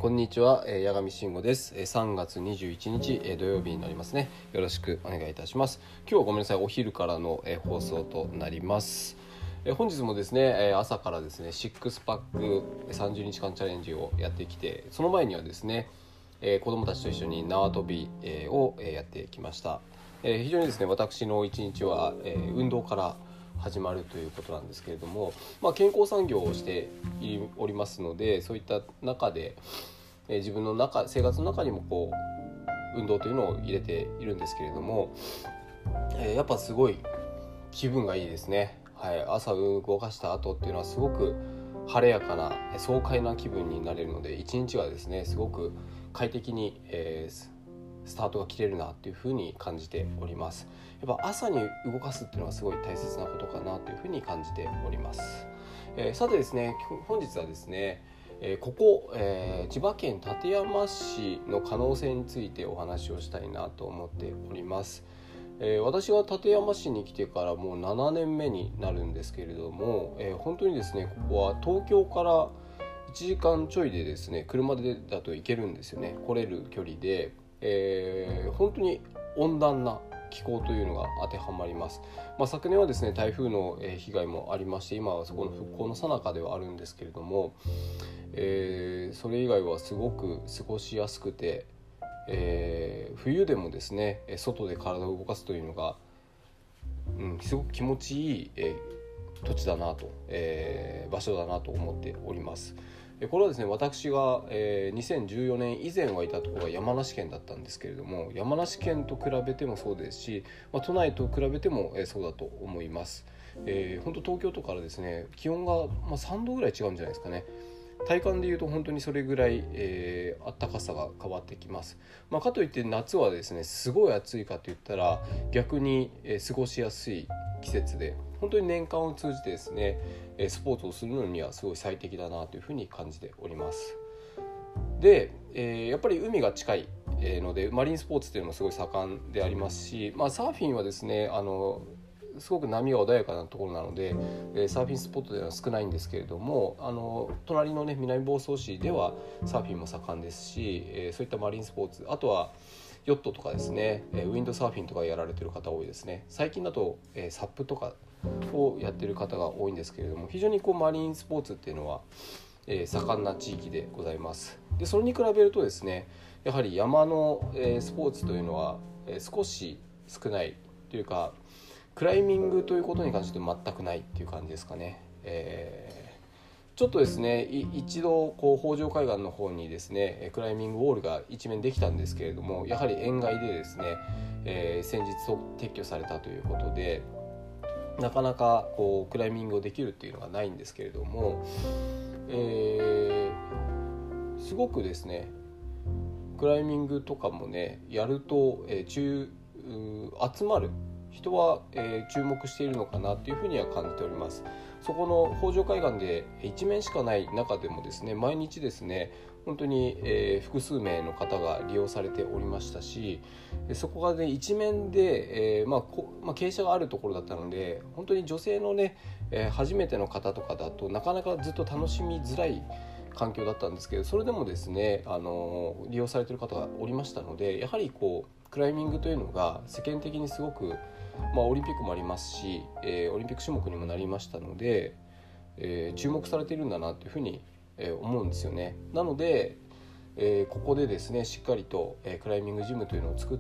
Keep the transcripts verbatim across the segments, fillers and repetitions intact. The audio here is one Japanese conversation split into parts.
こんにちは、えー、八神慎吾です、えー、さんがつにじゅういちにち、えー、土曜日になりますね。よろしくお願いいたします。今日はごめんなさい、お昼からの、えー、放送となります。えー、本日もですね、えー、朝からですねシックスパックさんじゅうにちかんチャレンジをやってきて、その前にはですね、えー、子どもたちと一緒に縄跳び、えー、を、えー、やってきました。えー、非常にですね私の一日は、えー、運動から始まるということなんですけれども、まあ、健康産業をしておりますので、そういった中で、えー、自分の中生活の中にもこう運動というのを入れているんですけれども、えー、やっぱすごい気分がいいですね。はい、朝動かした後っていうのはすごく晴れやかな爽快な気分になれるので、一日がですねすごく快適に、えースタートが切れるなというふうに感じております。やっぱ朝に動かすっていうのはすごい大切なことかなというふうに感じております。えー、さてですね、本日はですね、えー、ここ、えー、千葉県館山市の可能性についてお話をしたいなと思っております。えー、私が館山市に来てからもうななねんめになるんですけれども、えー、本当にですねここは東京からいちじかんちょいでですね車でだと行けるんですよね。来れる距離で、えー、本当に温暖な気候というのが当てはまります。まあ、昨年はですね台風の被害もありまして、今はそこの復興の最中ではあるんですけれども、えー、それ以外はすごく過ごしやすくて、えー、冬でもですね外で体を動かすというのが、うん、すごく気持ちいい、えー、土地だなと、えー、場所だなと思っております。これはですね私が、えー、にせんじゅうよねん以前はいたところが山梨県だったんですけれども、山梨県と比べてもそうですし、まあ、都内と比べても、えー、そうだと思います。えー、本当東京都からですね気温が、まあ、さんどぐらい違うんじゃないですかね。体感でいうと本当にそれぐらい、えー、暖かさが変わってきます。まあ、かといって夏はですねすごい暑いかといったら逆に、えー、過ごしやすい季節で、本当に年間を通じてですねスポーツをするのにはすごい最適だなというふうに感じております。で、えー、やっぱり海が近いのでマリンスポーツというのもすごい盛んでありますし、まあ、サーフィンはですねあのすごく波が穏やかなところなので、えー、サーフィンスポットでは少ないんですけれども、あの隣のね南房総市ではサーフィンも盛んですし、えー、そういったマリンスポーツ、あとはヨットとかですね、ウィンドサーフィンとかやられてる方多いですね。最近だと、えー、サップとかをやってる方が多いんですけれども、非常にこうマリンスポーツっていうのは、えー、盛んな地域でございます。でそれに比べるとですねやはり山の、えー、スポーツというのは、えー、少し少ないというか、クライミングということに関して全くないっていう感じですかね。えーちょっとですね一度こう北条海岸の方にですねクライミングウォールが一面できたんですけれども、やはり塩害でですね、えー、先日撤去されたということで、なかなかこうクライミングをできるっていうのがないんですけれども、えー、すごくですねクライミングとかもねやると、えー、中集まる人は、えー、注目しているのかなというふうには感じております。そこの北条海岸で一面しかない中でもですね毎日ですね本当に、えー、複数名の方が利用されておりましたし、そこがね一面で、えーまあこまあ、傾斜があるところだったので、本当に女性のね、えー、初めての方とかだとなかなかずっと楽しみづらい環境だったんですけど、それでもですねあの利用されている方がおりましたので、やはりこうクライミングというのが世間的にすごく、まあ、オリンピックもありますし、えー、オリンピック種目にもなりましたので、えー、注目されているんだなというふうに、えー、思うんですよね。なので、えー、ここでですねしっかりと、えー、クライミングジムというのを作って、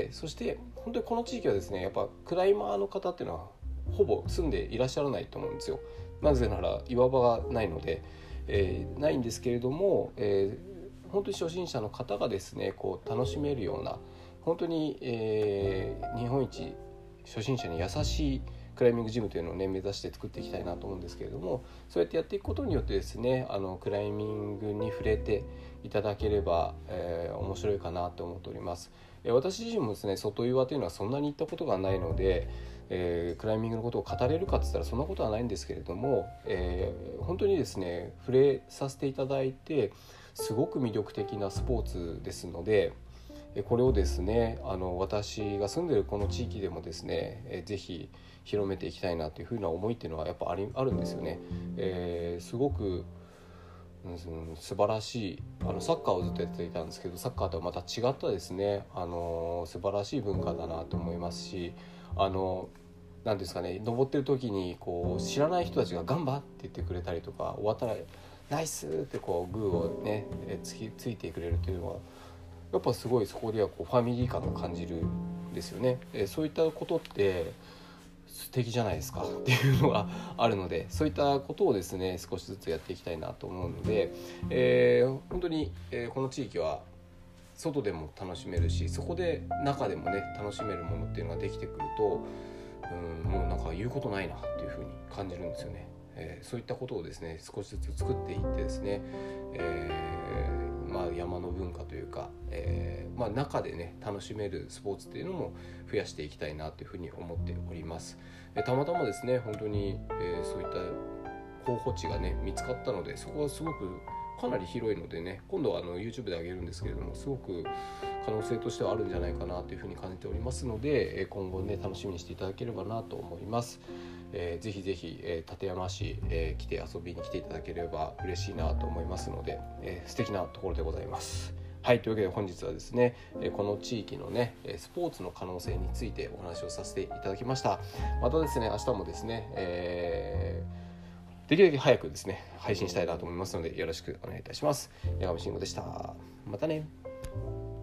そして本当にこの地域はですねやっぱクライマーの方っていうのはほぼ住んでいらっしゃらないと思うんですよ。なぜなら岩場がないので、えー、ないんですけれども、えー、本当に初心者の方がですねこう楽しめるような、本当に、えー、日本一初心者に優しいクライミングジムというのをね目指して作っていきたいなと思うんですけれども、そうやってやっていくことによってですねあのクライミングに触れていただければ、えー、面白いかなと思っております。えー、私自身もですね外岩というのはそんなに行ったことがないので、えー、クライミングのことを語れるかって言ったらそんなことはないんですけれども、えー、本当にですね触れさせていただいてすごく魅力的なスポーツですので、これをですねあの私が住んでいるこの地域でもですね、えぜひ広めていきたいなというふうな思いっていうのはやっぱありあるんですよね。えー、すごくうん、素晴らしいあのサッカーをずっとやっていたんですけど、サッカーとはまた違ったですね、あの素晴らしい文化だなと思いますし、あのなんですかね、登ってる時にこう知らない人たちがガンバって言ってくれたりとか、終わったらナイスってこうグーをねつきついてくれるというのはやっぱすごい、そこではこうファミリー感が感じるんですよね。えそういったことって素敵じゃないですかっていうのがあるので、そういったことをですね少しずつやっていきたいなと思うので、えー、本当に、えー、この地域は外でも楽しめるし、そこで中でもね楽しめるものっていうのができてくると、うんもうなんか言うことないなっていう風に感じるんですよね。えー、そういったことをですね少しずつ作っていってですね、えーまあ、山の文化というか、えーまあ、中でね楽しめるスポーツっていうのも増やしていきたいなというふうに思っております。えー、たまたまですね本当に、えー、そういった候補地がね見つかったので、そこはすごくかなり広いのでね、今度はあの YouTube で上げるんですけれども、すごく可能性としてはあるんじゃないかなというふうに感じておりますので、今後ね楽しみにしていただければなと思います。えー、ぜひぜひ、えー、館山市、えー、来て遊びに来ていただければ嬉しいなと思いますので、えー、素敵なところでございます。はい、というわけで本日はですね、えー、この地域のねスポーツの可能性についてお話をさせていただきました。またですね明日もですね、えー、できるだけ早くですね配信したいなと思いますので、よろしくお願いいたします。八神慎吾でした。またね。